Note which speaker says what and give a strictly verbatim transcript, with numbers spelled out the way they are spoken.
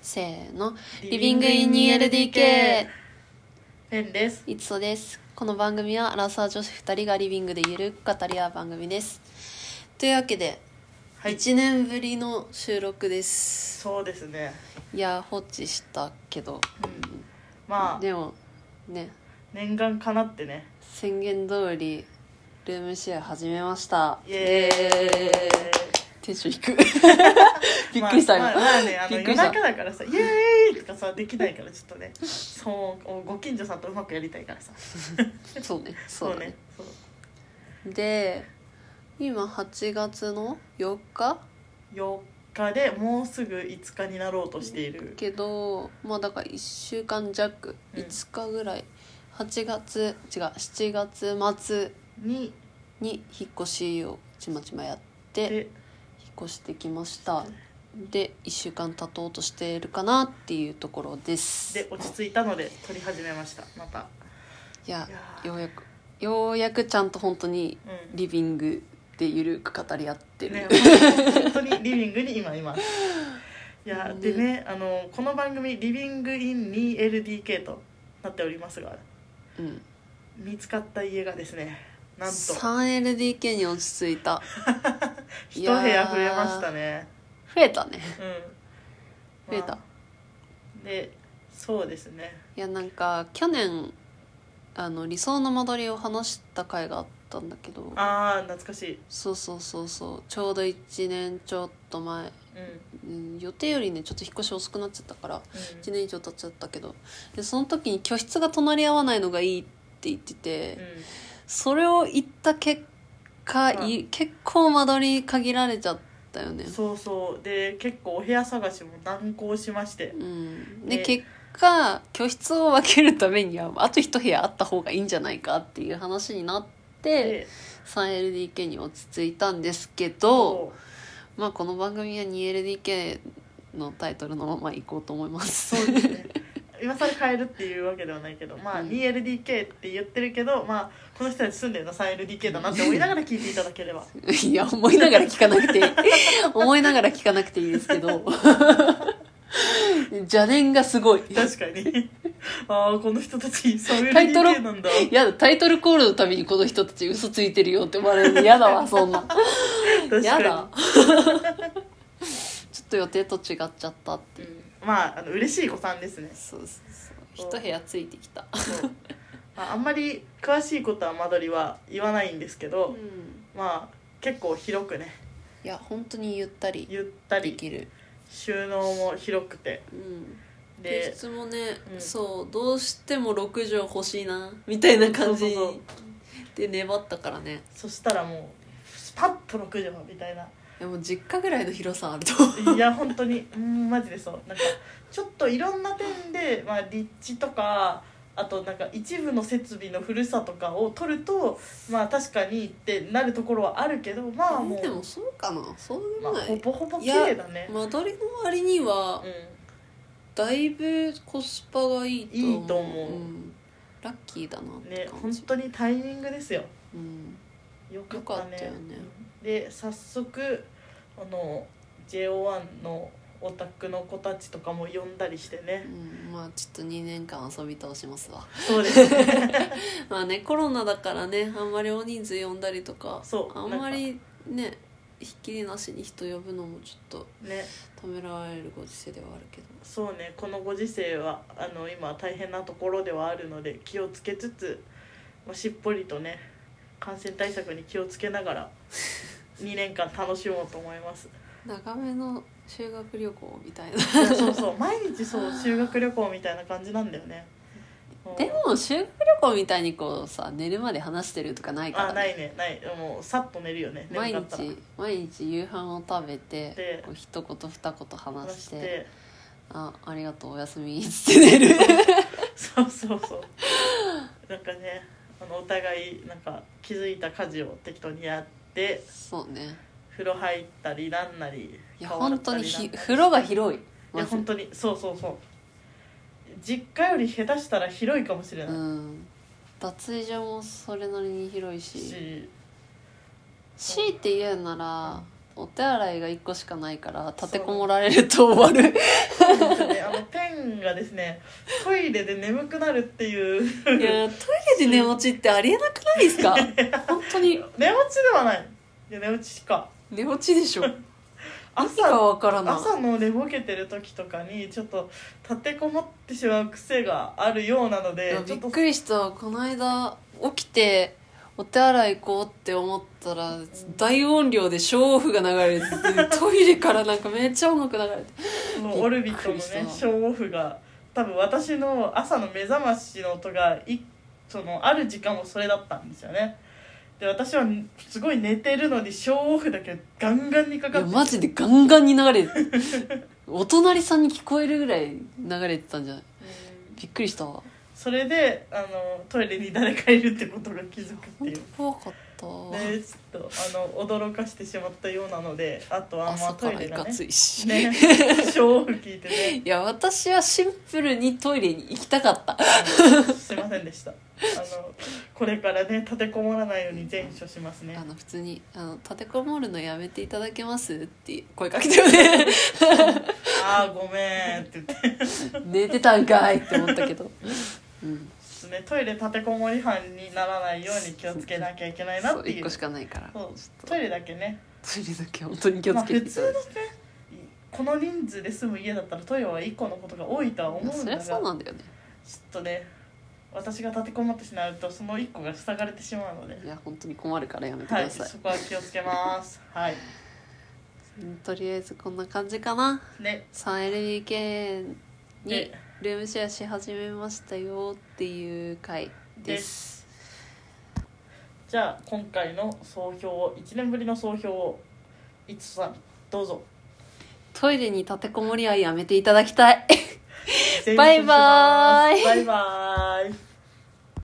Speaker 1: せーの、リビングイン ツーエルディーケー
Speaker 2: ペンです。
Speaker 1: いつそです。この番組はアラサー女子ふたりがリビングでゆるく語り合う番組です。というわけで、はい、いちねんぶりの収録です。
Speaker 2: そうですね。
Speaker 1: いや放置したけど、うん、
Speaker 2: まあ
Speaker 1: でもね、
Speaker 2: 念願かなってね、
Speaker 1: 宣言通りルームシェア始めました。
Speaker 2: イエーイ。
Speaker 1: テンション低くびっくりしたよ、
Speaker 2: まあ、まあまあね、あの夜中だからさイエーイとかさできないからちょっとね、そうご近所さんとうまくやりたいからさ
Speaker 1: そうねそうね
Speaker 2: そう
Speaker 1: で今はちがつのよっか
Speaker 2: よっかでもうすぐいつかになろうとしている
Speaker 1: けど、まあだからいっしゅうかん弱、うん、いつかぐらいはちがつ違うしちがつ末にに引っ越しをちまちまやって引っ越してきました。でいっしゅうかん経とうとしているかなっていうところです。
Speaker 2: で落ち着いたので撮り始めました。また
Speaker 1: いやようやくようやくちゃんと本当にリビングでゆるく語り合ってる、
Speaker 2: ね、本当にリビングに今いますいや、ね、でね、あのこの番組リビングイン ツーエルディーケー となっておりますが、うん、見つかった家がですね、なんと スリーエルディーケー
Speaker 1: に落ち着いた
Speaker 2: 一部屋増えましたね。
Speaker 1: 増えたね、うん、増えた、ま
Speaker 2: あ、でそうですね。
Speaker 1: いやなんか去年あの理想の間取りを話した回があったんだけど、
Speaker 2: ああ懐かしい。
Speaker 1: そうそうそうそう、ちょうどいちねんちょっと前、うん、予定よりねちょっと引っ越し遅くなっちゃったから、うん、いちねん以上経っちゃったけど、でその時に居室が隣り合わないのがいいって言ってて、うん、それを言った結果、うん、結構間取り限られちゃったよね。
Speaker 2: そうそうで結構お部屋探しも難航しまして、
Speaker 1: うん、で結果居室を分けるためにはあと一部屋あった方がいいんじゃないかっていう話になって スリーエルディーケー に落ち着いたんですけど、まあこの番組は ツーエルディーケー のタイトルのままいこうと思います。
Speaker 2: そうですね今更変えるっていうわけではないけど、まあ ツーエルディーケー って言ってるけど、まあこの人たち住んでるの スリーエルディーケー だなって思いながら聞いていただければ
Speaker 1: いや思いながら聞かなくていい思いながら聞かなくていいですけど邪念がすごい。
Speaker 2: 確かにああこの人たち スリーエルディーケー なんだ。
Speaker 1: やだ、タイトルコールのためにこの人たち嘘ついてるよって思われるの嫌だわそんなやだちょっと予定と違っちゃったっていう、
Speaker 2: うん、まあ、あの嬉しい誤算ですね。
Speaker 1: そうそうそう、一部屋ついてきた
Speaker 2: そうあんまり詳しいことは間取りは言わないんですけど、うん、まあ結構広くね、
Speaker 1: いや本当にゆったり
Speaker 2: ゆったり
Speaker 1: できる、
Speaker 2: 収納も広くて、うん、
Speaker 1: で室もね、うん、そうどうしてもろくじょう欲しいなみたいな感じで粘ったからね。
Speaker 2: そしたらもうスパッとろくじょうみたいな。
Speaker 1: でも実家ぐらいの広さある
Speaker 2: といや本当にうんマジでそう、なんかちょっといろんな点で、まあ、立地とかあとなんか一部の設備の古さとかを取るとまあ確かにってなるところはあるけど、まあもう
Speaker 1: でもそうかな、そうでもない、
Speaker 2: まあ、ほぼほぼ綺麗だね。
Speaker 1: 間取りの割には、うん、だいぶコスパがいいと思う。
Speaker 2: いいと思う、うん、
Speaker 1: ラッキーだなって
Speaker 2: ね、本当にタイミングですよ、
Speaker 1: うん、
Speaker 2: よかったね。
Speaker 1: よかったよね。
Speaker 2: で早速あの ジェイオーワン のオタクの子たちとかも呼んだりしてね、
Speaker 1: うん、まあちょっとにねんかん遊び通しますわ。
Speaker 2: そうですね
Speaker 1: まあねコロナだからねあんまり大人数呼んだりとか、そうあんまりねひっきりなしに人呼ぶのもちょっとねためられるご時世ではあるけど、
Speaker 2: そうねこのご時世はあの今大変なところではあるので気をつけつつ、まあ、しっぽりとね感染対策に気をつけながらにねんかん楽しもうと思います。
Speaker 1: 長めの修学旅行みたいな。
Speaker 2: いやそうそう毎日そう修学旅行みたいな感じなんだよね。
Speaker 1: でも修学旅行みたいにこうさ寝るまで話してるとかないから、ね、
Speaker 2: あないねないもうさっと寝るよね。
Speaker 1: 毎日毎日夕飯を食べてこう一言二言話して、あありがとうおやすみって寝る
Speaker 2: そうそうそうなんかねあのお互いなんか気づいた家事を適当にやって、
Speaker 1: そうね
Speaker 2: 風呂入ったりなんなり、
Speaker 1: いや本当にひ風呂が広い、
Speaker 2: いや本当にそうそうそう実家より下手したら広いかもしれない、うん、
Speaker 1: 脱衣所もそれなりに広いし、強いて言うなら、うん、お手洗いがいっこしかないから立てこもられると終わる。
Speaker 2: そうですね、 がですねトイレで眠くなるっていう
Speaker 1: いやトイレで寝落ちってありえなくないですか本当に
Speaker 2: 寝落ちではない、いや寝落ちか
Speaker 1: 寝落ちでしょ
Speaker 2: 朝
Speaker 1: がわからない
Speaker 2: 朝の寝ぼけてる時とかにちょっと立てこもってしまう癖があるようなので
Speaker 1: びっくりした。この間起きてお手洗い行こうって思ったら、うん、大音量でショーオフが流れてトイレからなんかめっちゃ音楽流れて
Speaker 2: もうオルビットのねショーオフが多分私の朝の目覚ましの音がいそのある時間もそれだったんですよね。で私はすごい寝てるのにショーオフだけガンガンにかかって、いや
Speaker 1: マジでガンガンに流れてお隣さんに聞こえるぐらい流れてたんじゃない？びっくりしたわ。
Speaker 2: それであのトイレに誰かいるってことが気づくっていう。
Speaker 1: 怖かった。
Speaker 2: ね、ちょっとあの驚かしてしまったようなので、あとはまあトイレがね、
Speaker 1: 朝からいかついし、
Speaker 2: ね、ショーオフ聞いてね。
Speaker 1: いや私はシンプルにトイレに行きたかった。
Speaker 2: すいませんでした。あのこれからね立てこもらないように善処しますね。
Speaker 1: あの普通にあの立てこもるのやめていただけますって声かけてよね。
Speaker 2: あーごめんって言って
Speaker 1: 寝てたんかいって思ったけど。うん
Speaker 2: ね、トイレ立てこもり犯にならないように気をつけなきゃいけないなっていう。
Speaker 1: そういっこしかないから。
Speaker 2: そうトイレだけね。
Speaker 1: トイレだけ本当に気をつけて。
Speaker 2: まあ、普通のねこの人数で住む家だったらトイレはいっこのことが多いとは思うんだが、そ
Speaker 1: りゃそうなんだよね。
Speaker 2: ちょっとね私が立てこもってしまうとそのいっこが塞がれてしまうので、
Speaker 1: いや本当に困るからやめてください。
Speaker 2: はい、そこは気をつけますはい。
Speaker 1: とりあえずこんな感じかな。
Speaker 2: ね、
Speaker 1: スリーエルディーケー にルームシェアし始めましたよっていう回です。
Speaker 2: じゃあ今回の総評をいちねんぶりの総評をいつさんどうぞ。
Speaker 1: トイレに立てこもりはやめていただきたい。バイバーイ。
Speaker 2: バイバーイ。